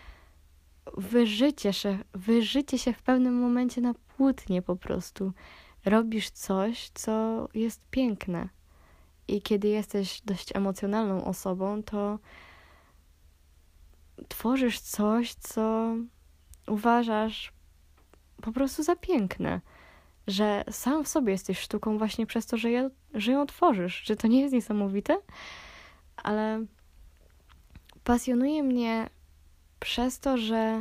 Speaker 1: wyżycie się w pewnym momencie na płótnie po prostu. Robisz coś, co jest piękne. I kiedy jesteś dość emocjonalną osobą, to tworzysz coś, co uważasz po prostu za piękne. Że sam w sobie jesteś sztuką właśnie przez to, że ją tworzysz. Że to nie jest niesamowite? Ale pasjonuje mnie przez to, że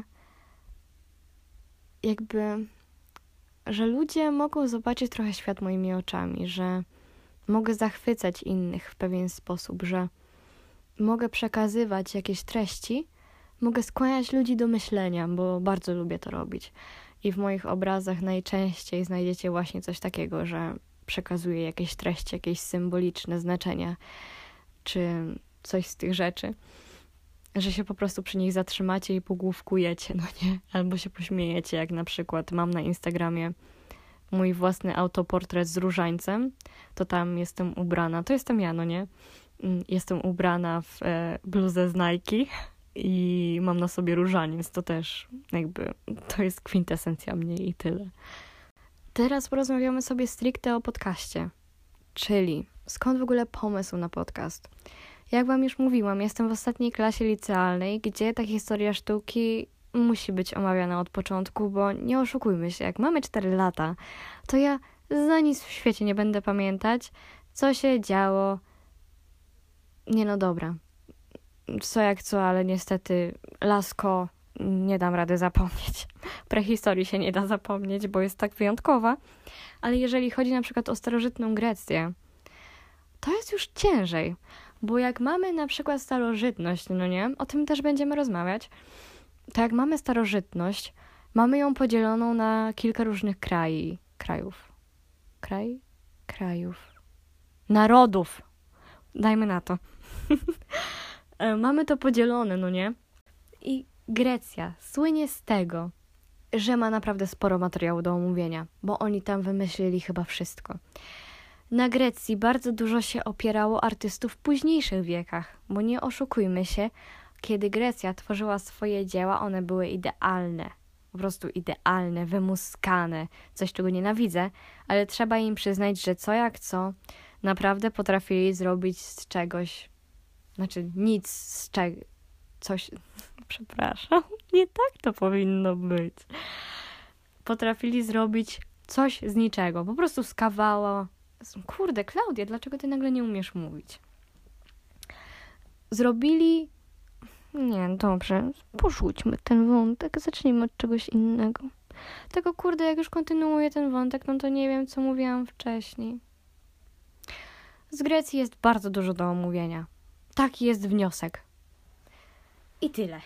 Speaker 1: że ludzie mogą zobaczyć trochę świat moimi oczami, że mogę zachwycać innych w pewien sposób, że mogę przekazywać jakieś treści, mogę skłaniać ludzi do myślenia, bo bardzo lubię to robić. I w moich obrazach najczęściej znajdziecie właśnie coś takiego, że przekazuję jakieś treści, jakieś symboliczne znaczenia, czy coś z tych rzeczy, że się po prostu przy nich zatrzymacie i pogłówkujecie, no nie? Albo się pośmiejecie, jak na przykład mam na Instagramie mój własny autoportret z różańcem, to tam jestem ubrana, to jestem ja, no nie? Jestem ubrana w bluzę z Nike i mam na sobie różaniec, to też to jest kwintesencja mnie i tyle. Teraz porozmawiamy sobie stricte o podcaście, czyli skąd w ogóle pomysł na podcast? Jak wam już mówiłam, jestem w ostatniej klasie licealnej, gdzie ta historia sztuki musi być omawiana od początku, bo nie oszukujmy się, jak mamy 4 lata, to ja za nic w świecie nie będę pamiętać, co się działo. Nie no dobra, co jak co, ale niestety Lasko nie dam rady zapomnieć. Prehistorii się nie da zapomnieć, bo jest tak wyjątkowa, ale jeżeli chodzi na przykład o starożytną Grecję, to jest już ciężej. Bo jak mamy na przykład starożytność, no nie, o tym też będziemy rozmawiać, to jak mamy starożytność, mamy ją podzieloną na kilka różnych krajów. Narodów. Dajmy na to. Mamy to podzielone, no nie? I Grecja słynie z tego, że ma naprawdę sporo materiału do omówienia, bo oni tam wymyślili chyba wszystko. Na Grecji bardzo dużo się opierało artystów w późniejszych wiekach, bo nie oszukujmy się, kiedy Grecja tworzyła swoje dzieła, one były idealne. Po prostu idealne, wymuskane, coś czego nienawidzę, ale trzeba im przyznać, że co jak co, naprawdę potrafili zrobić z czegoś, nic z coś, przepraszam, nie tak to powinno być. Potrafili zrobić coś z niczego, po prostu z kawała Kurde, Klaudia, dlaczego ty nagle nie umiesz mówić? Zrobili... Nie, dobrze, porzućmy ten wątek, zacznijmy od czegoś innego. Tylko kurde, jak już kontynuuję ten wątek, no to nie wiem, co mówiłam wcześniej. Z Grecji jest bardzo dużo do omówienia. Taki jest wniosek. I tyle.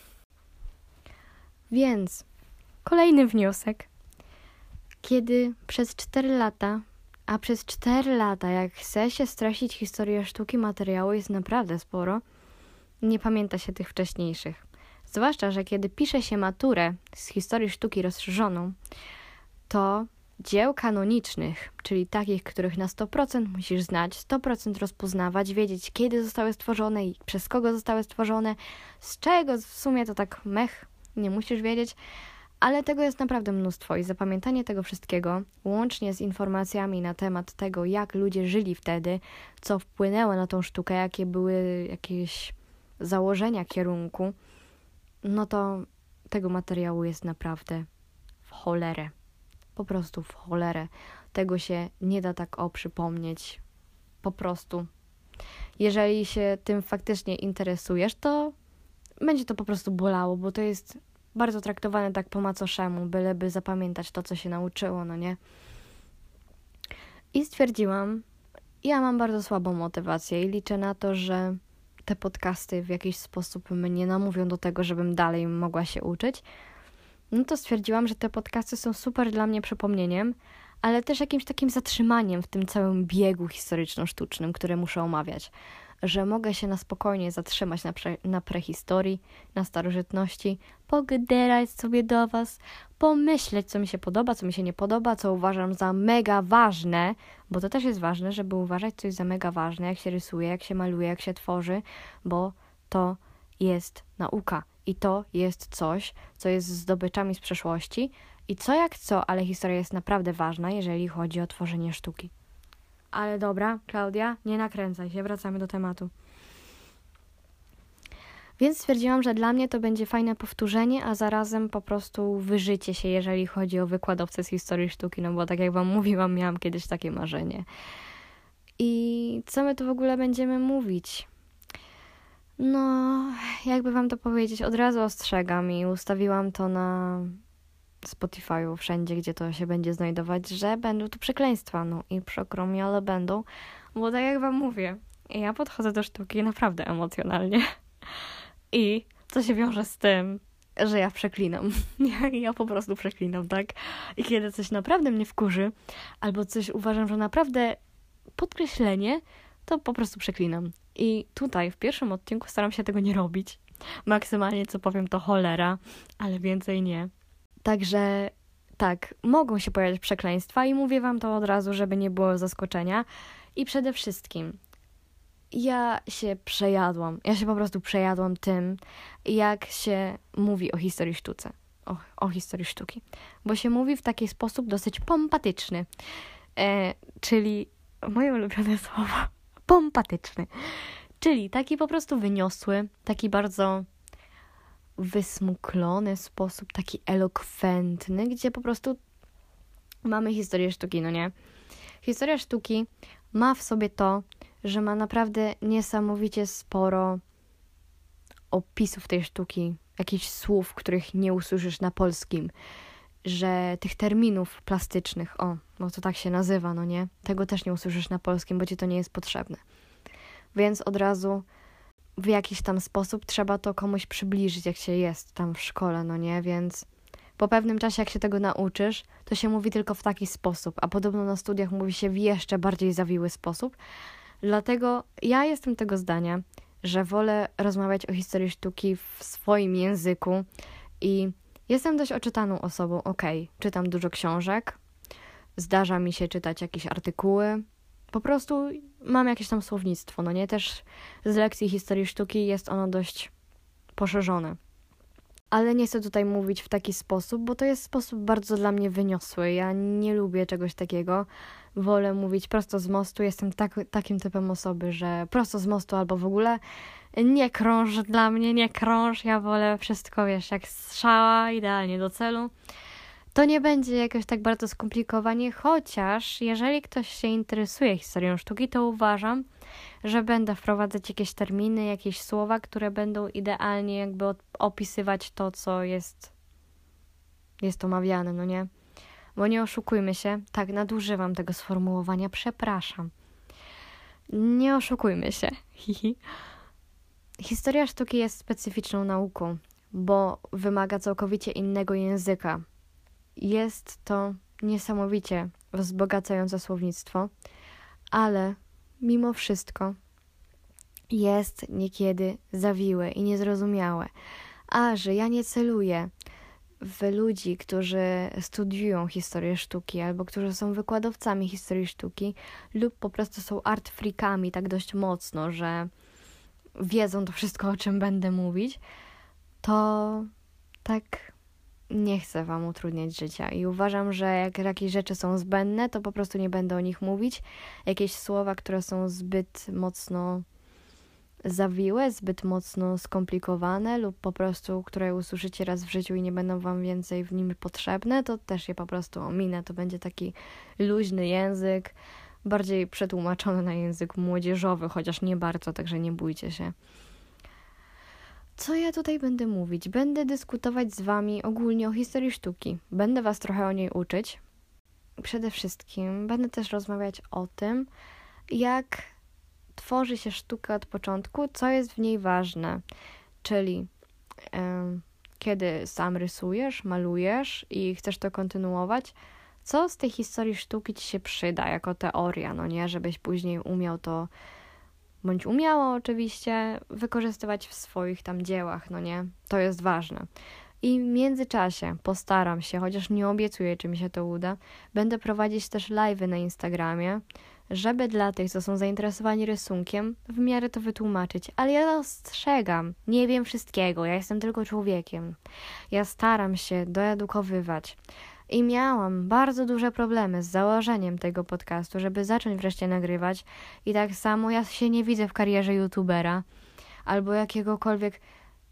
Speaker 1: Więc kolejny wniosek. Kiedy przez 4 lata, a przez 4 lata, jak chce się stracić historię sztuki, materiału jest naprawdę sporo, nie pamięta się tych wcześniejszych. Zwłaszcza, że kiedy pisze się maturę z historii sztuki rozszerzoną, to dzieł kanonicznych, czyli takich, których na 100% musisz znać, 100% rozpoznawać, wiedzieć, kiedy zostały stworzone i przez kogo zostały stworzone, z czego w sumie to tak nie musisz wiedzieć, ale tego jest naprawdę mnóstwo i zapamiętanie tego wszystkiego, łącznie z informacjami na temat tego, jak ludzie żyli wtedy, co wpłynęło na tą sztukę, jakie były jakieś założenia kierunku, no to tego materiału jest naprawdę w cholerę. Po prostu w cholerę. Tego się nie da tak przypomnieć. Po prostu. Jeżeli się tym faktycznie interesujesz, to będzie to po prostu bolało, bo to jest bardzo traktowane tak po macoszemu, byleby zapamiętać to, co się nauczyło, no nie? I stwierdziłam, ja mam bardzo słabą motywację i liczę na to, że te podcasty w jakiś sposób mnie namówią do tego, żebym dalej mogła się uczyć. No to stwierdziłam, że te podcasty są super dla mnie przypomnieniem, ale też jakimś takim zatrzymaniem w tym całym biegu historyczno-sztucznym, który muszę omawiać. Że mogę się na spokojnie zatrzymać na prehistorii, na starożytności, pogderać sobie do was, pomyśleć, co mi się podoba, co mi się nie podoba, co uważam za mega ważne, bo to też jest ważne, żeby uważać coś za mega ważne, jak się rysuje, jak się maluje, jak się tworzy, bo to jest nauka i to jest coś, co jest zdobyczami z przeszłości i co jak co, ale historia jest naprawdę ważna, jeżeli chodzi o tworzenie sztuki. Ale dobra, Klaudia, nie nakręcaj się, wracamy do tematu. Więc stwierdziłam, że dla mnie to będzie fajne powtórzenie, a zarazem po prostu wyżycie się, jeżeli chodzi o wykładowcę z historii sztuki, no bo tak jak wam mówiłam, miałam kiedyś takie marzenie. I co my tu w ogóle będziemy mówić? No, jakby wam to powiedzieć, od razu ostrzegam i ustawiłam to na Spotify'u, wszędzie, gdzie to się będzie znajdować, że będą tu przekleństwa, no i przykro mi, ale będą, bo tak jak wam mówię, ja podchodzę do sztuki naprawdę emocjonalnie i co się wiąże z tym, że ja przeklinam. Ja po prostu przeklinam, tak? I kiedy coś naprawdę mnie wkurzy, albo coś uważam, że naprawdę podkreślenie, to po prostu przeklinam. I tutaj w pierwszym odcinku staram się tego nie robić. Maksymalnie co powiem to cholera, ale więcej nie. Także tak, mogą się pojawiać przekleństwa i mówię wam to od razu, żeby nie było zaskoczenia. I przede wszystkim ja się po prostu przejadłam tym, jak się mówi o historii sztuce, o historii sztuki. Bo się mówi w taki sposób dosyć pompatyczny, czyli moje ulubione słowo, pompatyczny, czyli taki po prostu wyniosły, taki bardzo wysmuklony sposób, taki elokwentny, gdzie po prostu mamy historię sztuki, no nie? Historia sztuki ma w sobie to, że ma naprawdę niesamowicie sporo opisów tej sztuki, jakichś słów, których nie usłyszysz na polskim, że tych terminów plastycznych, bo to tak się nazywa, no nie? Tego też nie usłyszysz na polskim, bo ci to nie jest potrzebne. Więc od razu w jakiś tam sposób trzeba to komuś przybliżyć, jak się jest tam w szkole, no nie? Więc po pewnym czasie, jak się tego nauczysz, to się mówi tylko w taki sposób, a podobno na studiach mówi się w jeszcze bardziej zawiły sposób. Dlatego ja jestem tego zdania, że wolę rozmawiać o historii sztuki w swoim języku i jestem dość oczytaną osobą, czytam dużo książek, zdarza mi się czytać jakieś artykuły, po prostu mam jakieś tam słownictwo, no nie? Też z lekcji historii sztuki jest ono dość poszerzone. Ale nie chcę tutaj mówić w taki sposób, bo to jest sposób bardzo dla mnie wyniosły. Ja nie lubię czegoś takiego. Wolę mówić prosto z mostu. Jestem takim typem osoby, że prosto z mostu albo w ogóle nie krąż dla mnie, nie krąż. Ja wolę wszystko, jak strzała, idealnie do celu. To nie będzie jakoś tak bardzo skomplikowanie, chociaż jeżeli ktoś się interesuje historią sztuki, to uważam, że będę wprowadzać jakieś terminy, jakieś słowa, które będą idealnie jakby opisywać to, co jest omawiane, no nie? Bo nie oszukujmy się, tak, nadużywam tego sformułowania, przepraszam. Nie oszukujmy się. Historia sztuki jest specyficzną nauką, bo wymaga całkowicie innego języka. Jest to niesamowicie wzbogacające słownictwo, ale mimo wszystko jest niekiedy zawiłe i niezrozumiałe. A że ja nie celuję w ludzi, którzy studiują historię sztuki albo którzy są wykładowcami historii sztuki lub po prostu są art freakami tak dość mocno, że wiedzą to wszystko, o czym będę mówić, to tak nie chcę wam utrudniać życia i uważam, że jak jakieś rzeczy są zbędne, to po prostu nie będę o nich mówić. Jakieś słowa, które są zbyt mocno zawiłe, zbyt mocno skomplikowane lub po prostu, które usłyszycie raz w życiu i nie będą wam więcej w nim potrzebne, to też je po prostu ominę. To będzie taki luźny język, bardziej przetłumaczony na język młodzieżowy, chociaż nie bardzo, także nie bójcie się. Co ja tutaj będę mówić? Będę dyskutować z wami ogólnie o historii sztuki. Będę was trochę o niej uczyć. Przede wszystkim będę też rozmawiać o tym, jak tworzy się sztukę od początku, co jest w niej ważne. Czyli kiedy sam rysujesz, malujesz i chcesz to kontynuować, co z tej historii sztuki ci się przyda jako teoria, no nie? Żebyś później umiał to, bądź umiało oczywiście, wykorzystywać w swoich tam dziełach, no nie? To jest ważne. I w międzyczasie postaram się, chociaż nie obiecuję, czy mi się to uda, będę prowadzić też live'y na Instagramie, żeby dla tych, co są zainteresowani rysunkiem, w miarę to wytłumaczyć. Ale ja ostrzegam, nie wiem wszystkiego, ja jestem tylko człowiekiem. Ja staram się doedukowywać. I miałam bardzo duże problemy z założeniem tego podcastu, żeby zacząć wreszcie nagrywać. I tak samo ja się nie widzę w karierze youtubera albo jakiegokolwiek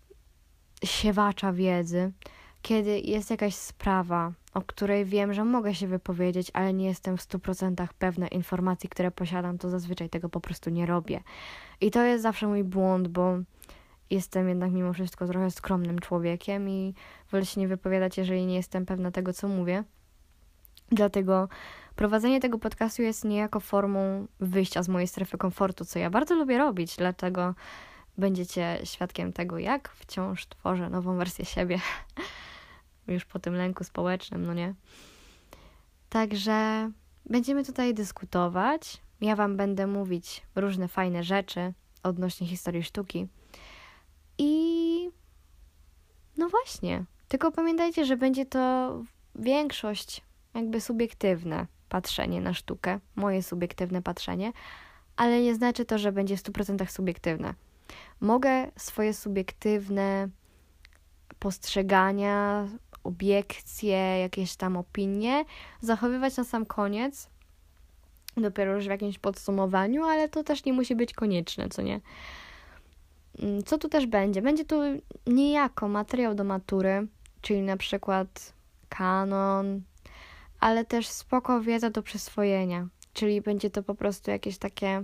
Speaker 1: siewacza wiedzy, kiedy jest jakaś sprawa, o której wiem, że mogę się wypowiedzieć, ale nie jestem w 100% pewna informacji, które posiadam, to zazwyczaj tego po prostu nie robię. I to jest zawsze mój błąd, bo jestem jednak mimo wszystko trochę skromnym człowiekiem i wolę się nie wypowiadać, jeżeli nie jestem pewna tego, co mówię. Dlatego prowadzenie tego podcastu jest niejako formą wyjścia z mojej strefy komfortu, co ja bardzo lubię robić, dlatego będziecie świadkiem tego, jak wciąż tworzę nową wersję siebie. Już po tym lęku społecznym, no nie? Także będziemy tutaj dyskutować. Ja wam będę mówić różne fajne rzeczy odnośnie historii sztuki. I no właśnie, tylko pamiętajcie, że będzie to większość jakby subiektywne patrzenie na sztukę, moje subiektywne patrzenie, ale nie znaczy to, że będzie w 100% subiektywne. Mogę swoje subiektywne postrzegania, obiekcje, jakieś tam opinie zachowywać na sam koniec, dopiero już w jakimś podsumowaniu, ale to też nie musi być konieczne, co nie? Co tu też będzie? Będzie tu niejako materiał do matury, czyli na przykład kanon, ale też spoko wiedza do przyswojenia, czyli będzie to po prostu jakieś takie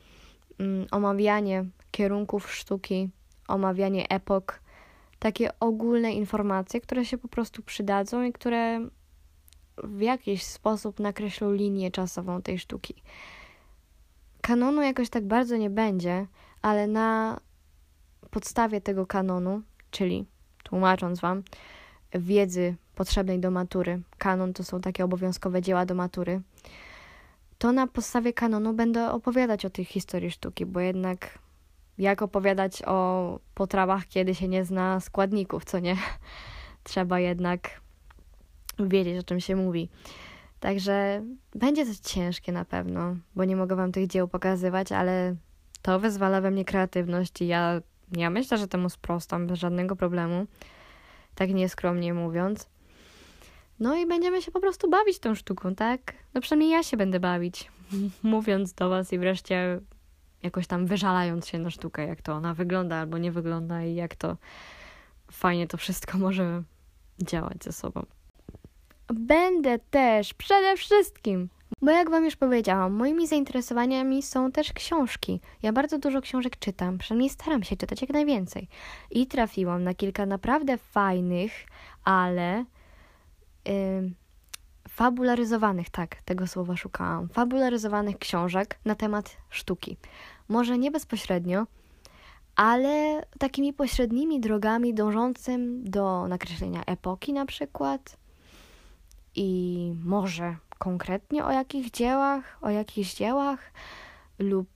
Speaker 1: omawianie kierunków sztuki, omawianie epok, takie ogólne informacje, które się po prostu przydadzą i które w jakiś sposób nakreślą linię czasową tej sztuki. Kanonu jakoś tak bardzo nie będzie, ale na podstawie tego kanonu, czyli tłumacząc wam, wiedzy potrzebnej do matury, kanon to są takie obowiązkowe dzieła do matury, to na podstawie kanonu będę opowiadać o tej historii sztuki, bo jednak jak opowiadać o potrawach, kiedy się nie zna składników, co nie? Trzeba jednak wiedzieć, o czym się mówi. Także będzie to ciężkie na pewno, bo nie mogę wam tych dzieł pokazywać, ale to wyzwala we mnie kreatywność i ja myślę, że temu sprostam bez żadnego problemu, tak nieskromnie mówiąc. No i będziemy się po prostu bawić tą sztuką, tak? No przynajmniej ja się będę bawić, mówiąc do was i wreszcie jakoś tam wyżalając się na sztukę, jak to ona wygląda albo nie wygląda i jak to fajnie to wszystko może działać ze sobą. będę też przede wszystkim. Bo jak wam już powiedziałam, moimi zainteresowaniami są też książki. Ja bardzo dużo książek czytam, przynajmniej staram się czytać jak najwięcej. I trafiłam na kilka naprawdę fajnych, ale fabularyzowanych, tak, tego słowa szukałam, fabularyzowanych książek na temat sztuki. Może nie bezpośrednio, ale takimi pośrednimi drogami dążącym do nakreślenia epoki na przykład i może konkretnie o jakichś dziełach lub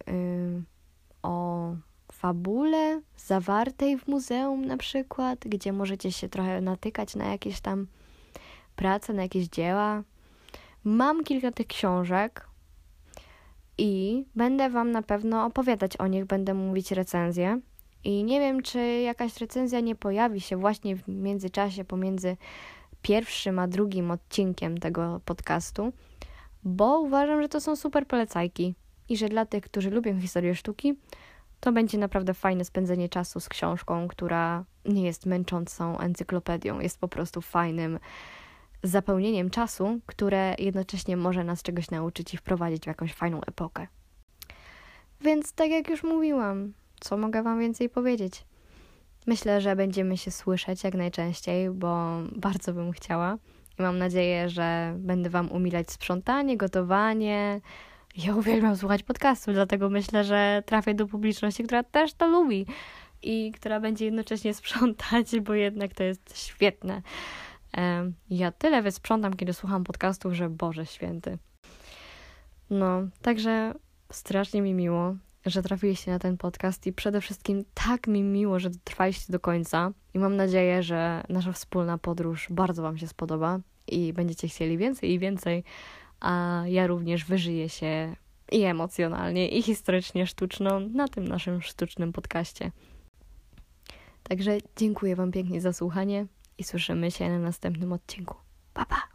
Speaker 1: o fabule zawartej w muzeum na przykład, gdzie możecie się trochę natykać na jakieś tam prace, na jakieś dzieła. Mam kilka tych książek i będę wam na pewno opowiadać o nich, będę mówić recenzje i nie wiem, czy jakaś recenzja nie pojawi się właśnie w międzyczasie pomiędzy pierwszym a drugim odcinkiem tego podcastu, bo uważam, że to są super polecajki i że dla tych, którzy lubią historię sztuki, to będzie naprawdę fajne spędzenie czasu z książką, która nie jest męczącą encyklopedią, jest po prostu fajnym zapełnieniem czasu, które jednocześnie może nas czegoś nauczyć i wprowadzić w jakąś fajną epokę. Więc tak jak już mówiłam, co mogę wam więcej powiedzieć? Myślę, że będziemy się słyszeć jak najczęściej, bo bardzo bym chciała i mam nadzieję, że będę wam umilać sprzątanie, gotowanie. Ja uwielbiam słuchać podcastów, dlatego myślę, że trafię do publiczności, która też to lubi i która będzie jednocześnie sprzątać, bo jednak to jest świetne. Ja tyle wysprzątam, kiedy słucham podcastów, że Boże Święty. No, także strasznie mi miło, że trafiliście na ten podcast i przede wszystkim tak mi miło, że dotrwaliście do końca i mam nadzieję, że nasza wspólna podróż bardzo wam się spodoba i będziecie chcieli więcej i więcej, a ja również wyżyję się i emocjonalnie, i historycznie sztuczną na tym naszym sztucznym podcaście. Także dziękuję wam pięknie za słuchanie i słyszymy się na następnym odcinku. Pa, pa!